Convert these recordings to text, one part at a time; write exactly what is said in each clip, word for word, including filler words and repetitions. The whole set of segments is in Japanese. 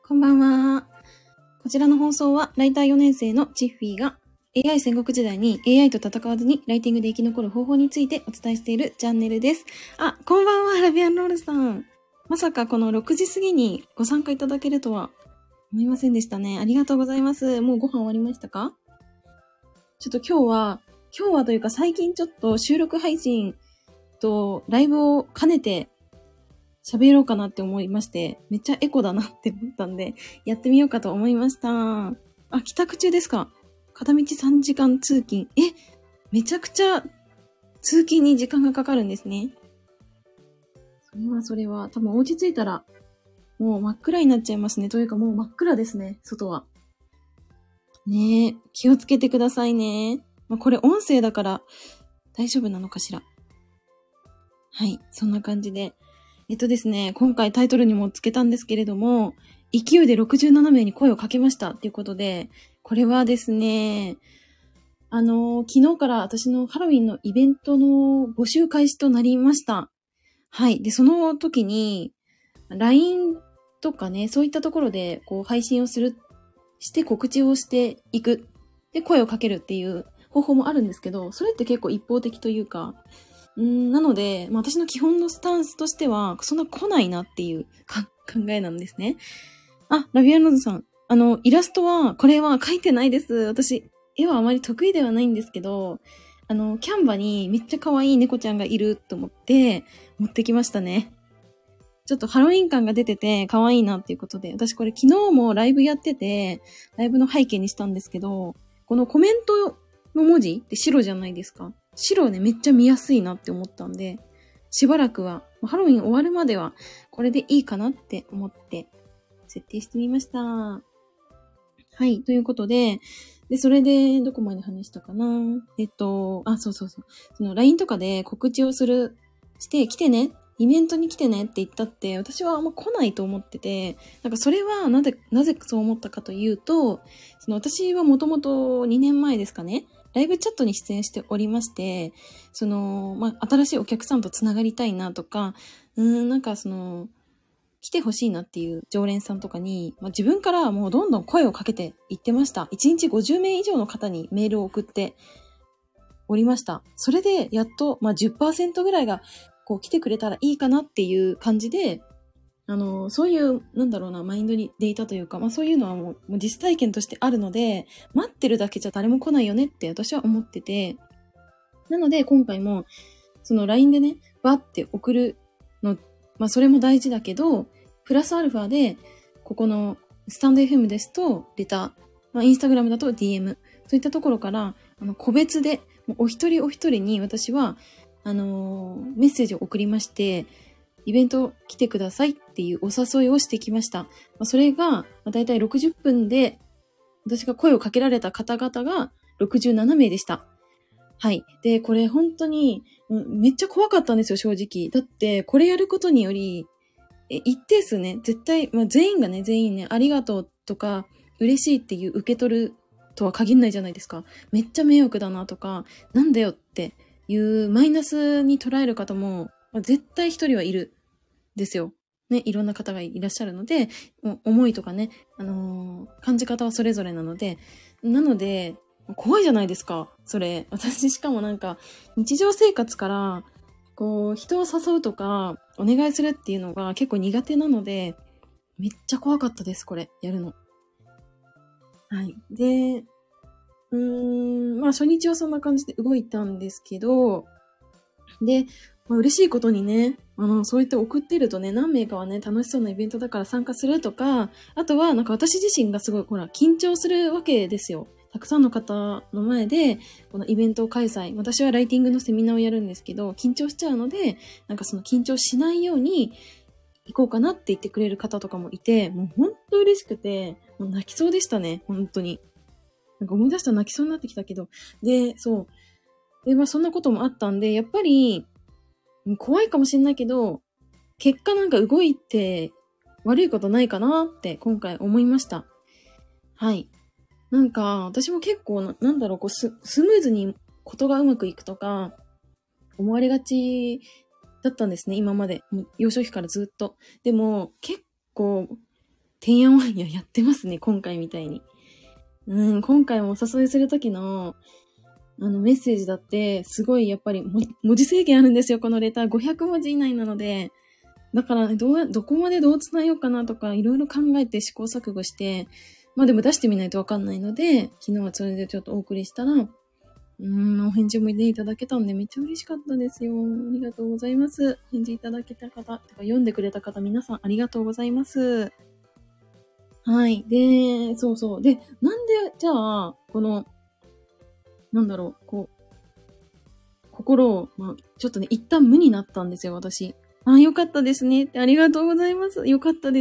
こんばんは。こちらの放送は、ライターよねん生のチッフィーが エーアイ 戦国時代に エーアイ と戦わずにライティングで生き残る方法についてお伝えしているチャンネルです。あ、こんばんは、ラビアンロールさん。まさかこのろくじ過ぎにご参加いただけるとは思いませんでしたね。ありがとうございます。もうご飯終わりましたか？ちょっと今日は、今日はというか最近ちょっと収録配信とライブを兼ねて喋ろうかなって思いまして、めっちゃエコだなって思ったんで、やってみようかと思いました。あ、帰宅中ですか？片道さんじかん通勤。え、めちゃくちゃ通勤に時間がかかるんですね。それはそれは、多分お家着いたら、もう真っ暗になっちゃいますね。というかもう真っ暗ですね、外は。ねえ、気をつけてくださいね。まあ、これ音声だから大丈夫なのかしら。はい、そんな感じで。えっとですね、今回タイトルにもつけたんですけれども、勢いでろくじゅうななめいに声をかけましたっていうことで、これはですね、あの、昨日から私のハロウィンのイベントの募集開始となりました。はい。で、その時に、ライン とかね、そういったところで、こう、配信をする、して告知をしていく。で、声をかけるっていう方法もあるんですけど、それって結構一方的というか、んーなので、まあ、私の基本のスタンスとしては、そんな来ないなっていう考えなんですね。あ、ラビアンローズさん。あの、イラストは、これは描いてないです。私、絵はあまり得意ではないんですけど、あの、キャンバにめっちゃ可愛い猫ちゃんがいると思って、持ってきましたね。ちょっとハロウィン感が出てて可愛いなっていうことで、私これ昨日もライブやってて、ライブの背景にしたんですけど、このコメントの文字って白じゃないですか。白ね、めっちゃ見やすいなって思ったんで、しばらくは、ハロウィン終わるまでは、これでいいかなって思って、設定してみました。はい、ということで、で、それで、どこまで話したかな？えっと、あ、そうそうそう。その ライン とかで告知をする、して、来てね、イベントに来てねって言ったって、私はあんま来ないと思ってて、なんかそれはなぜ、なぜそう思ったかというと、その私はもともとにねんまえですかね、ライブチャットに出演しておりまして、その、まあ、新しいお客さんとつながりたいなとか、うーん、なんかその、来てほしいなっていう常連さんとかに、まあ、自分からもうどんどん声をかけていってました。いちにちごじゅうめい以上の方にメールを送っておりました。それでやっと、まあ、じゅっパーセント ぐらいがこう来てくれたらいいかなっていう感じで、あの、そういう、なんだろうな、マインドにでいたというか、まあそういうのはもう、もう実体験としてあるので、待ってるだけじゃ誰も来ないよねって私は思ってて、なので今回も、その ライン でね、バって送るの、まあそれも大事だけど、プラスアルファで、ここのスタンド エフエム ですと、レター、まあインスタグラムだと ディーエム、そういったところから、あの、個別で、お一人お一人に私は、あのー、メッセージを送りまして、イベント来てくださいっていうお誘いをしてきました。まあ、それが、まあ、だいたいろくじゅっぷんで、私が声をかけられた方々がろくじゅうななめいでした。はい。で、これ本当に、めっちゃ怖かったんですよ、正直。だって、これやることにより、え一定数ね、絶対、まあ、全員がね、全員ね、ありがとうとか、嬉しいっていう受け取るとは限らないじゃないですか。めっちゃ迷惑だなとか、なんだよっていうマイナスに捉える方も、まあ、絶対一人はいる。ですよ。ね、いろんな方がいらっしゃるので、思いとかね、あのー、感じ方はそれぞれなので、なので、怖いじゃないですか、それ。私しかもなんか、日常生活から、こう、人を誘うとか、お願いするっていうのが結構苦手なので、めっちゃ怖かったです、これ、やるの。はい。で、うーん、まあ初日はそんな感じで動いたんですけど、で、まあ、嬉しいことにね、あの、そう言って送ってるとね、何名かはね、楽しそうなイベントだから参加するとか、あとはなんか私自身がすごい、ほら、緊張するわけですよ。たくさんの方の前で、このイベントを開催。私はライティングのセミナーをやるんですけど、緊張しちゃうので、なんかその緊張しないように行こうかなって言ってくれる方とかもいて、もうほんと嬉しくて、もう泣きそうでしたね、本当に。なんか思い出したら泣きそうになってきたけど。で、そう。で、まあそんなこともあったんで、やっぱり、怖いかもしんないけど、結果なんか動いて悪いことないかなって今回思いました。はい。なんか、私も結構な、なんだろう、こうス、スムーズにことがうまくいくとか、思われがちだったんですね、今まで。もう幼少期からずっと。でも、結構、 てんやわんややってますね、今回みたいに。うん、今回もお誘いするときの、あの、メッセージだって、すごいやっぱりも、文字制限あるんですよ、このレター。ごひゃくもじ以内なので、だから、どう、どこまでどう伝えようかなとか、いろいろ考えて試行錯誤して、まあでも出してみないとわかんないので、昨日はそれでちょっとお送りしたら、うーん、お返事もね、いただけたんでめっちゃ嬉しかったですよ。ありがとうございます。返事いただけた方、とか読んでくれた方、皆さんありがとうございます。はい。で、そうそう。で、なんで、じゃあ、この、なんだろう、こう、心を、まあ、ちょっとね、一旦無になったんですよ、私。あ、よかったですねって、ありがとうございます。よかったです。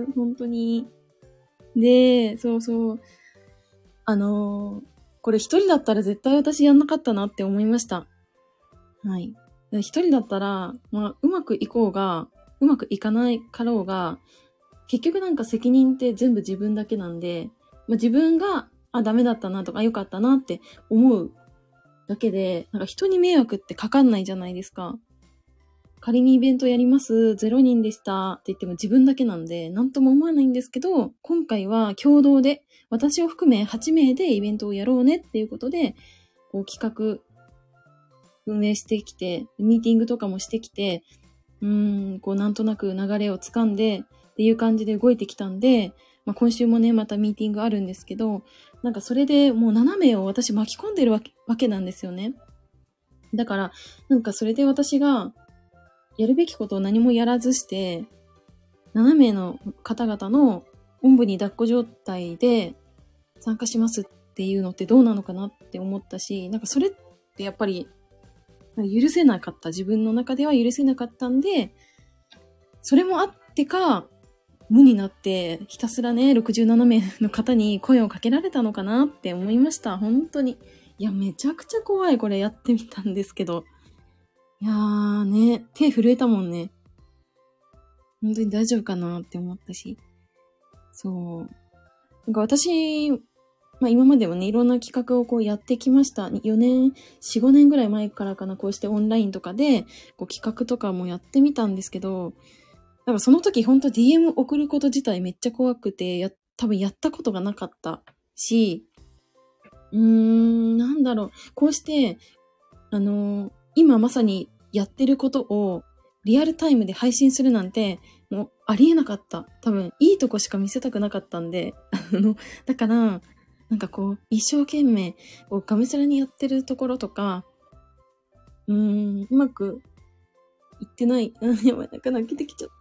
本当に。で、そうそう。あのーこれ一人だったら絶対私やんなかったなって思いました。はい。一人だったら、まあ、うまくいこうが、うまくいかないかろうが、結局なんか責任って全部自分だけなんで、まあ、自分が、あ、ダメだったなとか、良かったなって思うだけで、なんか人に迷惑ってかかんないじゃないですか。仮にイベントやります、ゼロにんでしたって言っても自分だけなんで、なんとも思わないんですけど、今回は共同で、私を含めはちめいでイベントをやろうねっていうことで、こう企画、運営してきて、ミーティングとかもしてきて、うーん、こうなんとなく流れをつかんで、っていう感じで動いてきたんで、まあ、今週もね、またミーティングあるんですけど、なんかそれでもうななめいを私巻き込んでるわけ、わけなんですよね。だから、なんかそれで私が、やるべきことを何もやらずして、ななめいの方々のおんぶに抱っこ状態で参加しますっていうのってどうなのかなって思ったし、なんかそれってやっぱり許せなかった。自分の中では許せなかったんで、それもあってか、無になってひたすらね、ろくじゅうななめいの方に声をかけられたのかなって思いました。本当に。いや、めちゃくちゃ怖い。これやってみたんですけど。いやーね、手震えたもんね。本当に大丈夫かなって思ったし。そう。なんか私、まあ今までもね、いろんな企画をこうやってきました。よねん、よん、ごねんぐらい前からかな、こうしてオンラインとかで、こう企画とかもやってみたんですけど、なんかその時ほんと ディーエム 送ること自体めっちゃ怖くて、や、多分やったことがなかったし、うーん、なんだろう。こうして、あのー今まさにやってることをリアルタイムで配信するなんて、もうありえなかった。多分、いいとこしか見せたくなかったんで、あの、だから、なんかこう、一生懸命、こう、がむしゃらにやってるところとか、うーん、うまくいってない。あ、やばい、なんか泣けてきちゃった。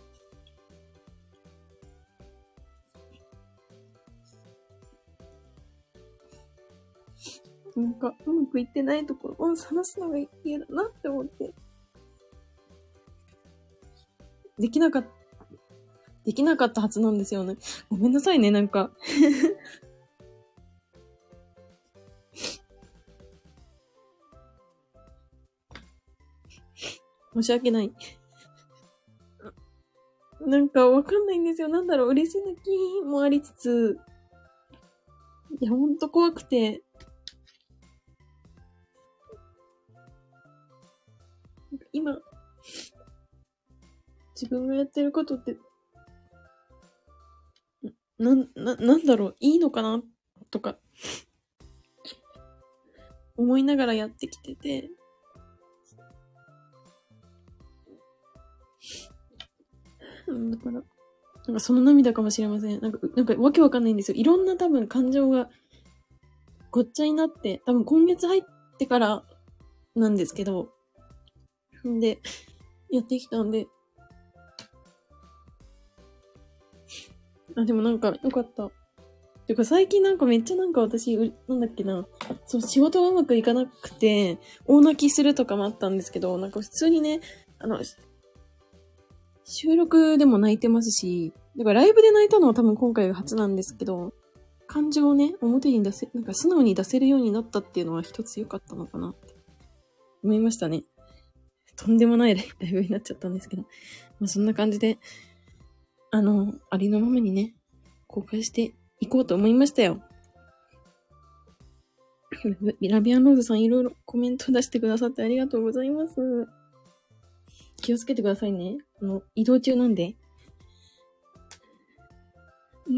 なんか、うまくいってないところを探すのが嫌だなって思って。できなかった、できなかったはずなんですよね。ごめんなさいね、なんか。申し訳ない。なんかわかんないんですよ。なんだろう、嬉し泣きもありつつ、いや、ほんと怖くて。今、自分がやってることって、な、な、なんだろう、いいのかなとか、思いながらやってきてて、だから、なんかその涙かもしれません。なんか、なんかわけわかんないんですよ。いろんな多分感情がごっちゃになって、多分今月入ってからなんですけど、んで、やってきたんで、あ、でもなんかよかった。てか最近なんかめっちゃなんか私、なんだっけな、そう、仕事がうまくいかなくて、大泣きするとかもあったんですけど、なんか普通にね、あの、収録でも泣いてますし、だからライブで泣いたのは多分今回が初なんですけど、感情をね、表に出せ、なんか素直に出せるようになったっていうのは一つ良かったのかなって思いましたね。とんでもないライブになっちゃったんですけど。まあそんな感じで、あの、ありのままにね、公開していこうと思いましたよ。ラビアンローズさんいろいろコメント出してくださってありがとうございます。気をつけてくださいね。あの、移動中なんで。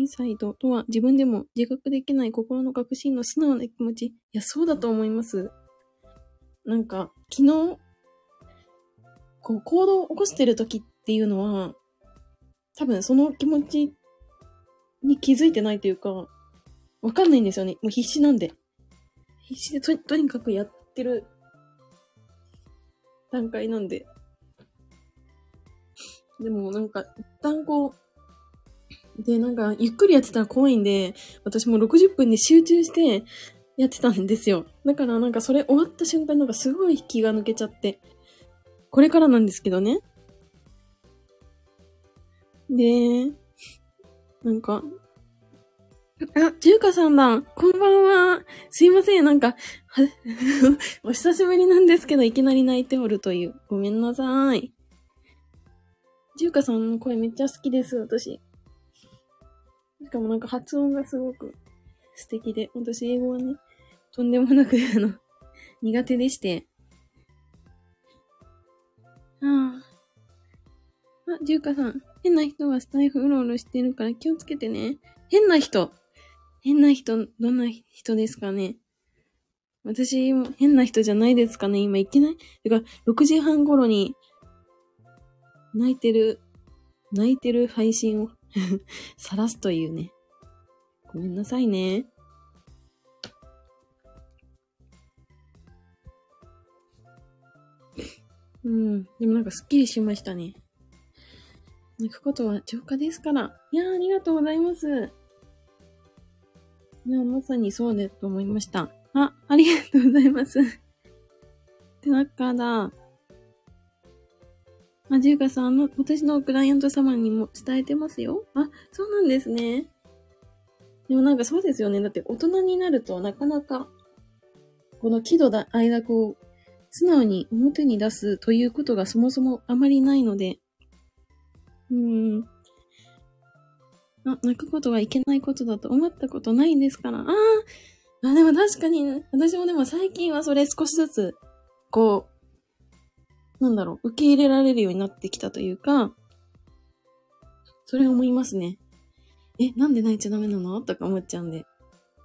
インサイドとは自分でも自覚できない心の確信の素直な気持ち。いや、そうだと思います。なんか、昨日、こう、行動を起こしてる時っていうのは、多分その気持ちに気づいてないというか、わかんないんですよね。もう必死なんで。必死でと、とにかくやってる段階なんで。でもなんか、一旦こう、で、なんか、ゆっくりやってたら怖いんで、私もろくじゅっぷんで集中してやってたんですよ。だからなんかそれ終わった瞬間なんかすごい気が抜けちゃって。これからなんですけどね。で、なんか、あ、ジューカさんだ。こんばんは。すいません。なんか、お久しぶりなんですけど、いきなり泣いておるという。ごめんなさい。ジューカさんの声めっちゃ好きです、私。しかもなんか発音がすごく素敵で、私英語はね、とんでもなく、あの、苦手でして。ああ。あ、ジューカさん。変な人はスタイフうろうろしてるから気をつけてね。変な人。変な人、どんな人ですかね。私も変な人じゃないですかね。今いけない。てか、ろくじはん頃に泣いてる、泣いてる配信を晒すというね。ごめんなさいね。うん。でもなんかスッキリしましたね。泣くことは浄化ですから。いやー、ありがとうございます。いや、まさにそうだと思いました。あ、ありがとうございます。てなから、あ、ジューカさん、あの、私のクライアント様にも伝えてますよ。あ、そうなんですね。でもなんかそうですよね。だって大人になるとなかなか、この喜怒だ哀楽を素直に表に出すということがそもそもあまりないので、うーん。あ、泣くことはいけないことだと思ったことないんですから。ああ、あ、でも確かに、ね、私もでも最近はそれ少しずつ、こう、なんだろう、受け入れられるようになってきたというか、それ思いますね。え、なんで泣いちゃダメなのとか思っちゃうんで。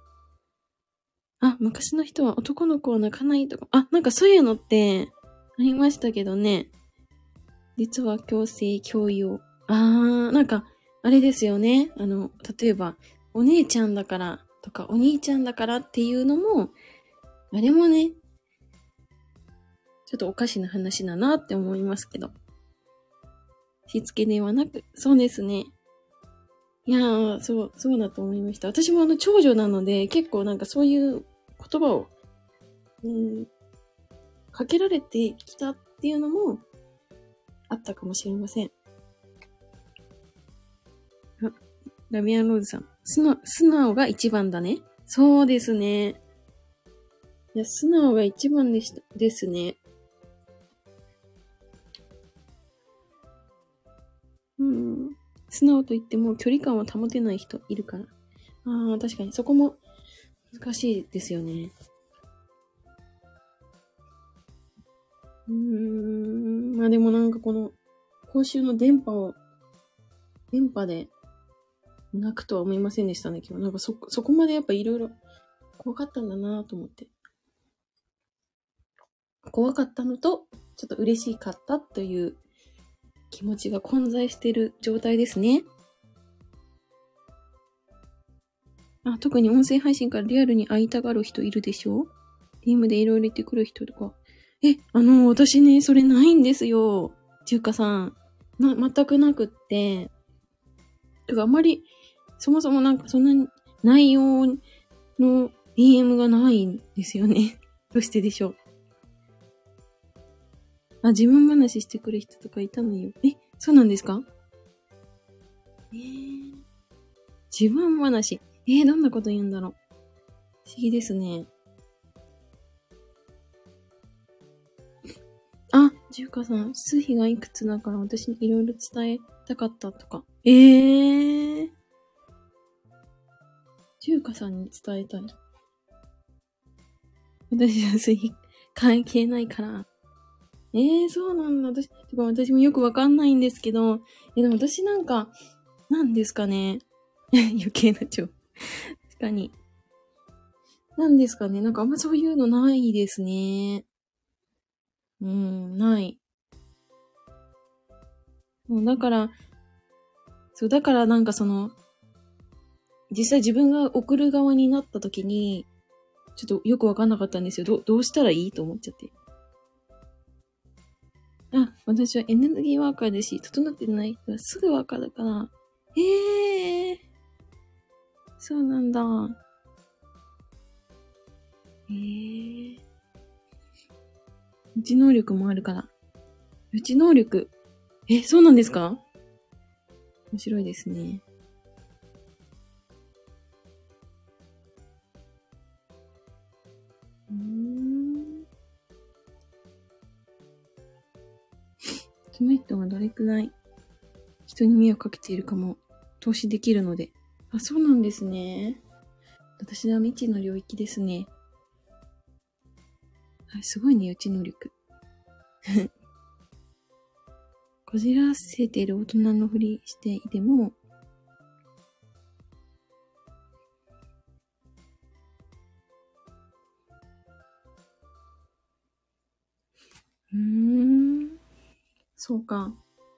あ、昔の人は男の子は泣かないとか、あ、なんかそういうのってありましたけどね。実は強制強要。あー、なんか、あれですよね。あの、例えば、お姉ちゃんだからとか、お兄ちゃんだからっていうのも、あれもね、ちょっとおかしな話だなって思いますけど。しつけではなく、そうですね。いやー、そう、そうだと思いました。私もあの、長女なので、結構なんかそういう言葉を、うん、かけられてきたっていうのも、あったかもしれません。あ、ラビアンローズさん。素直、素直が一番だね。そうですね。いや、素直が一番でした、ですね。うん。素直と言っても距離感を保てない人いるから。ああ、確かにそこも難しいですよね。うーん。まあでもなんかこの公衆の電波を、電波で泣くとは思いませんでしたね、今日。なんかそ、そこまでやっぱいろいろ怖かったんだなと思って。怖かったのと、ちょっと嬉しかったという気持ちが混在している状態ですね。あ、特に音声配信からリアルに会いたがる人いるでしょ？ ディーエム でいろいろ言ってくる人とか。え、あの、私ね、それないんですよ。中華さん。な、全くなくって。てか、あんまり、そもそもなんかそんな内容の ディーエム がないんですよね。どうしてでしょう。あ、自慢話してくる人とかいたのよ。え、そうなんですか？えー、自慢話。えー、どんなこと言うんだろう。不思議ですね。あ、ジューカさん、数比がいくつだから私にいろいろ伝えたかったとか。えー。ジューカさんに伝えたい。私は数比関係ないから。えー、そうなんだ。私、てか私もよくわかんないんですけど、え、でも私なんか、なんですかね。 余計な情報。確かに。なんですかね。なんかあんまそういうのないですね。うん、ない。もうだから、そう、だからなんかその、実際自分が送る側になった時に、ちょっとよくわかんなかったんですよ。ど、どうしたらいいと思っちゃって。あ、私はエネルギーワーカーですし、整ってない人はすぐわかるから。ええー、そうなんだ。ええー。うち能力もあるから。うち能力。え、そうなんですか？面白いですね。うーん。その人がどれくらい人に迷惑かけているかも投資できるので。あ、そうなんですね。私は未知の領域ですね。はい、すごいね、うち能力。こじらせている大人のふりしていても、うーん、そうか。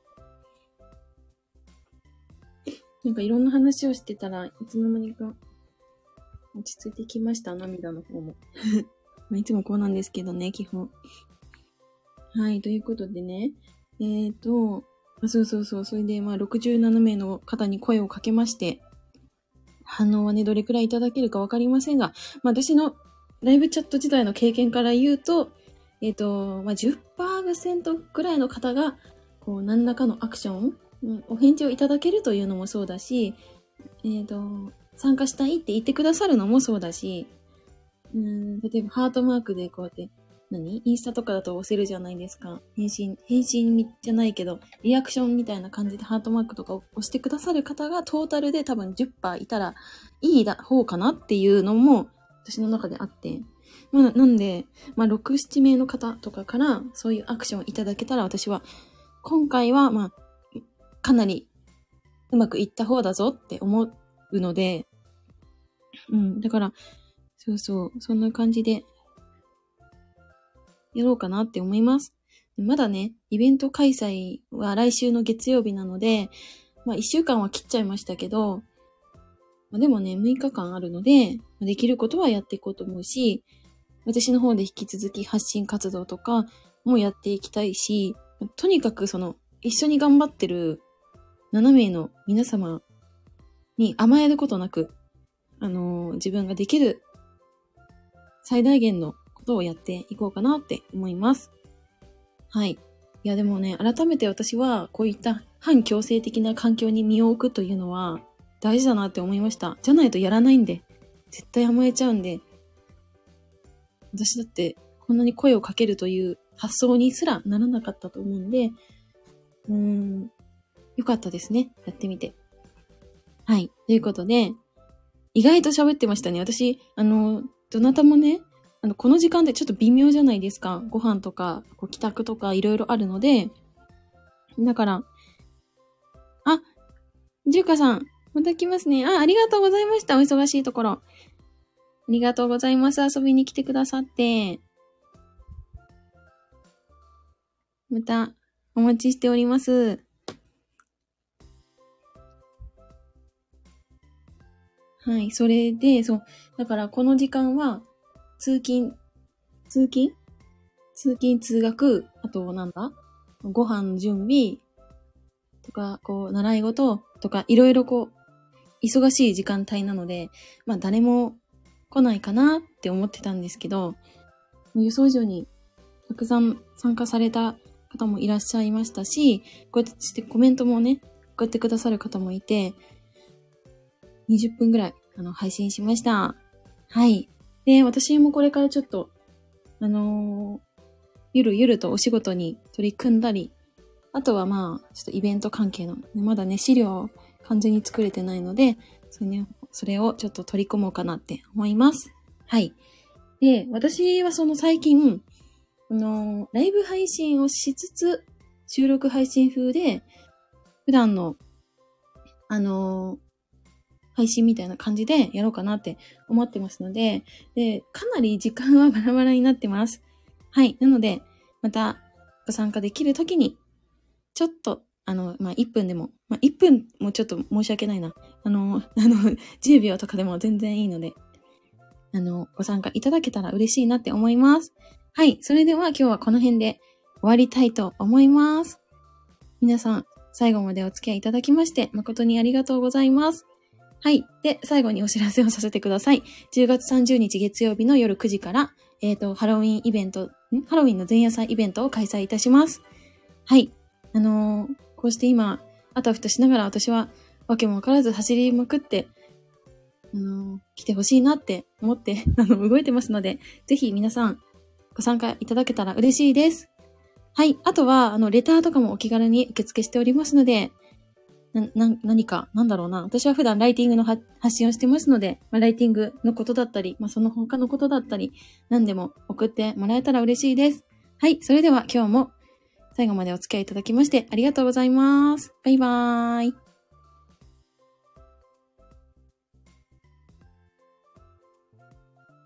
なんかいろんな話をしてたらいつの間にか落ち着いてきました、涙の方も。まあいつもこうなんですけどね、基本。はい、ということでね。えーと、あ、そうそうそう、それでまあろくじゅうななめいの方に声をかけまして、反応はね、どれくらいいただけるかわかりませんが、まあ私のライブチャット時代の経験から言うと、えっ、と、まあ、じゅっパーセント くらいの方が、こう、何らかのアクション、うん、お返事をいただけるというのもそうだし、えっ、と、参加したいって言ってくださるのもそうだし、うん、例えばハートマークでこうやって、何インスタとかだと押せるじゃないですか。返信、返信じゃないけど、リアクションみたいな感じでハートマークとかを押してくださる方がトータルで多分 じゅっパーセント いたらいい方かなっていうのも私の中であって。まあ、なんで、まあ、ろく、なな名の方とかからそういうアクションいただけたら私は、今回は、まあ、かなりうまくいった方だぞって思うので、うん、だから、そうそう、そんな感じで、やろうかなって思います。まだね、イベント開催は来週の月曜日なので、まあいっしゅうかんは切っちゃいましたけど、まあ、でもね、むいかかんあるので、できることはやっていこうと思うし、私の方で引き続き発信活動とかもやっていきたいし、とにかくその、一緒に頑張ってるななめいの皆様に甘えることなく、あのー、自分ができる最大限のことをやっていこうかなって思います。はい。いやでもね、改めて私はこういった反強制的な環境に身を置くというのは大事だなって思いました。じゃないとやらないんで。絶対甘えちゃうんで。私だってこんなに声をかけるという発想にすらならなかったと思うんで、うーん、よかったですね。やってみて。はい。ということで、意外と喋ってましたね。私、あの、どなたもね、あの、この時間でちょっと微妙じゃないですか。ご飯とか、こう帰宅とかいろいろあるので、だから、あ、じゅうかさん、また来ますね。あ、ありがとうございました。お忙しいところ。ありがとうございます。遊びに来てくださって。また、お待ちしております。はい、それで、そう、だからこの時間は、通勤、通勤通勤通学、あとなんだご飯の準備とか、こう、習い事とか、いろいろこう、忙しい時間帯なので、まあ誰も来ないかなって思ってたんですけど、予想以上にたくさん参加された方もいらっしゃいましたし、こうやってしてコメントもね、こうやってくださる方もいて、にじゅっぷんぐらい、あの、配信しました。はい。で、私もこれからちょっと、あのー、ゆるゆるとお仕事に取り組んだり、あとはまあ、ちょっとイベント関係の、まだね、資料完全に作れてないので、それね、それをちょっと取り込もうかなって思います。はい。で、私はその最近、あのー、ライブ配信をしつつ、収録配信風で、普段の、あの配信みたいな感じでやろうかなって思ってますので、で、かなり時間はバラバラになってます。はい。なので、またご参加できるときに、ちょっと、あの、まあ、いっぷんでも、まあ、いっぷんもちょっと申し訳ないな。あの、あの、じゅうびょうとかでも全然いいので、あの、ご参加いただけたら嬉しいなって思います。はい。それでは今日はこの辺で終わりたいと思います。皆さん、最後までお付き合いいただきまして、誠にありがとうございます。はい。で、最後にお知らせをさせてください。じゅうがつさんじゅうにち月曜日の夜くじから、えっと、ハロウィンイベント、んハロウィンの前夜祭イベントを開催いたします。はい。あのー、こうして今、あたふたしながら私はわけもわからず走りまくって、あのー、来てほしいなって思って、あの、動いてますので、ぜひ皆さんご参加いただけたら嬉しいです。はい。あとは、あの、レターとかもお気軽に受付しておりますので、な、な、何か、なんだろうな。私は普段ライティングの発信をしてますので、まあ、ライティングのことだったり、まあ、その他のことだったり、何でも送ってもらえたら嬉しいです。はい。それでは今日も最後までお付き合いいただきましてありがとうございます。バイバーイ。